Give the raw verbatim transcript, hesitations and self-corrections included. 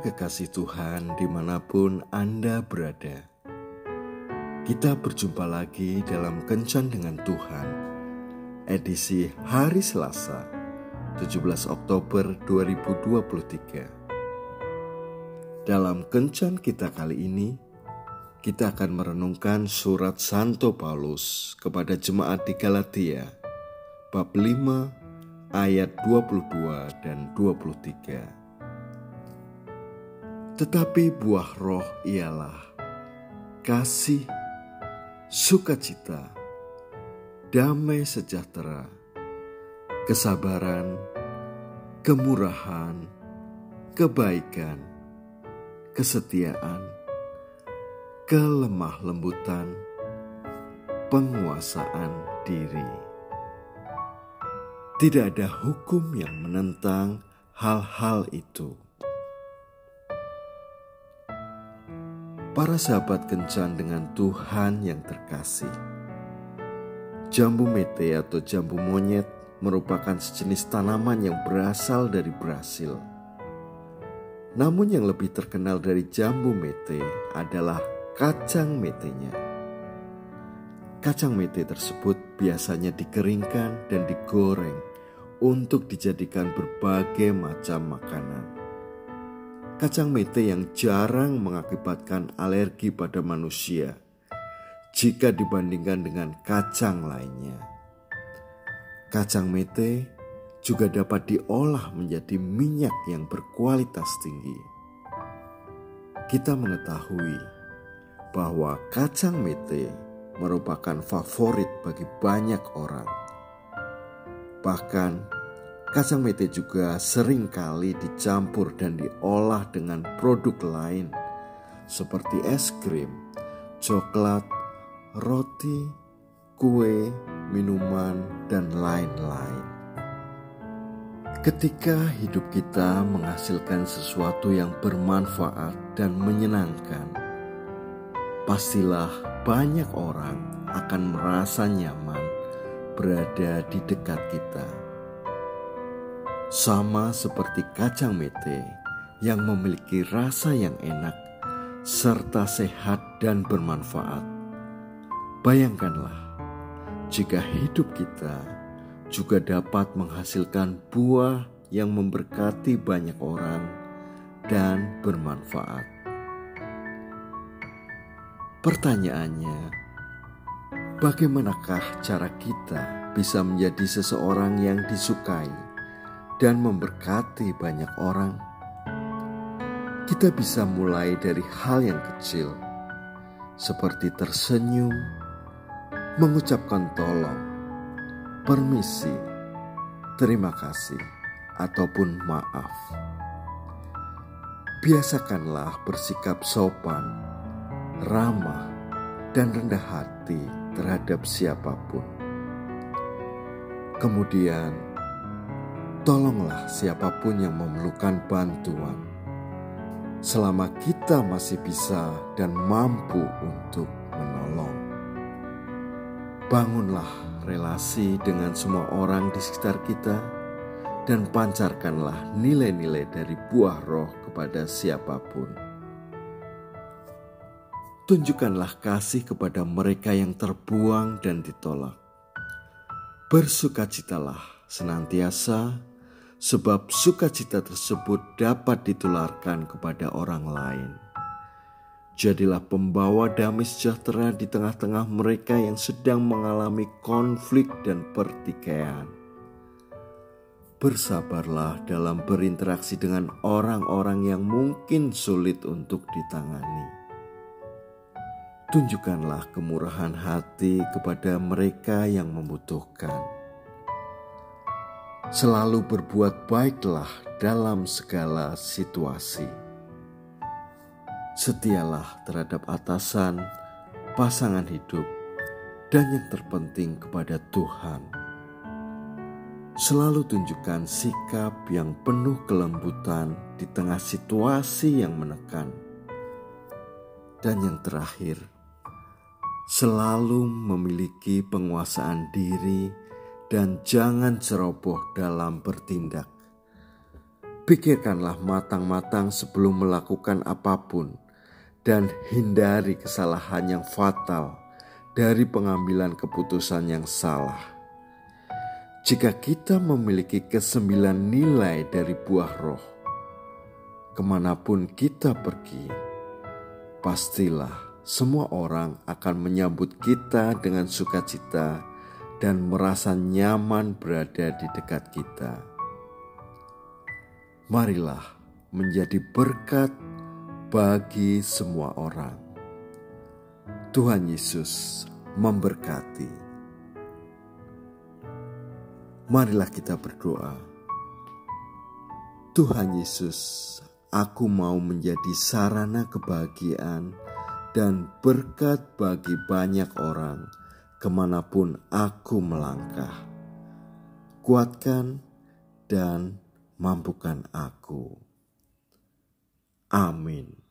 Para kekasih Tuhan dimanapun Anda berada, kita berjumpa lagi dalam Kencan dengan Tuhan, edisi hari Selasa, tujuh belas Oktober dua ribu dua puluh tiga. Dalam Kencan kita kali ini, kita akan merenungkan surat Santo Paulus kepada jemaat di Galatia, bab lima ayat dua puluh dua dan dua puluh tiga. Tetapi buah roh ialah kasih, sukacita, damai sejahtera, kesabaran, kemurahan, kebaikan, kesetiaan, kelemah lembutan, penguasaan diri. Tidak ada hukum yang menentang hal-hal itu. Para sahabat kencan dengan Tuhan yang terkasih, jambu mete atau jambu monyet merupakan sejenis tanaman yang berasal dari Brasil. Namun yang lebih terkenal dari jambu mete adalah kacang metenya. Kacang mete tersebut biasanya dikeringkan dan digoreng untuk dijadikan berbagai macam makanan. Kacang mete yang jarang mengakibatkan alergi pada manusia jika dibandingkan dengan kacang lainnya. Kacang mete juga dapat diolah menjadi minyak yang berkualitas tinggi. Kita mengetahui bahwa kacang mete merupakan favorit bagi banyak orang. Bahkan kacang mete juga sering kali dicampur dan diolah dengan produk lain seperti es krim, coklat, roti, kue, minuman, dan lain-lain. Ketika hidup kita menghasilkan sesuatu yang bermanfaat dan menyenangkan, pastilah banyak orang akan merasa nyaman berada di dekat kita. Sama seperti kacang mete yang memiliki rasa yang enak serta sehat dan bermanfaat. Bayangkanlah jika hidup kita juga dapat menghasilkan buah yang memberkati banyak orang dan bermanfaat. Pertanyaannya, bagaimanakah cara kita bisa menjadi seseorang yang disukai dan memberkati banyak orang? Kita bisa mulai dari hal yang kecil, seperti tersenyum, mengucapkan tolong, permisi, terima kasih, ataupun maaf. Biasakanlah bersikap sopan, ramah, dan rendah hati terhadap siapapun. Kemudian, tolonglah siapapun yang memerlukan bantuan, selama kita masih bisa dan mampu untuk menolong. Bangunlah relasi dengan semua orang di sekitar kita dan pancarkanlah nilai-nilai dari buah roh kepada siapapun. Tunjukkanlah kasih kepada mereka yang terbuang dan ditolak. Bersukacitalah senantiasa, sebab sukacita tersebut dapat ditularkan kepada orang lain. Jadilah pembawa damai sejahtera di tengah-tengah mereka yang sedang mengalami konflik dan pertikaian. Bersabarlah dalam berinteraksi dengan orang-orang yang mungkin sulit untuk ditangani. Tunjukkanlah kemurahan hati kepada mereka yang membutuhkan. Selalu berbuat baiklah dalam segala situasi. Setialah terhadap atasan, pasangan hidup, dan yang terpenting kepada Tuhan. Selalu tunjukkan sikap yang penuh kelembutan di tengah situasi yang menekan. Dan yang terakhir, selalu memiliki penguasaan diri dan jangan ceroboh dalam bertindak. Pikirkanlah matang-matang sebelum melakukan apapun dan hindari kesalahan yang fatal dari pengambilan keputusan yang salah. Jika kita memiliki kesembilan nilai dari buah roh, kemanapun kita pergi, pastilah semua orang akan menyambut kita dengan sukacita dan merasa nyaman berada di dekat kita. Marilah menjadi berkat bagi semua orang. Tuhan Yesus memberkati. Marilah kita berdoa. Tuhan Yesus, aku mau menjadi sarana kebahagiaan dan berkat bagi banyak orang kemanapun aku melangkah. Kuatkan dan mampukan aku. Amin.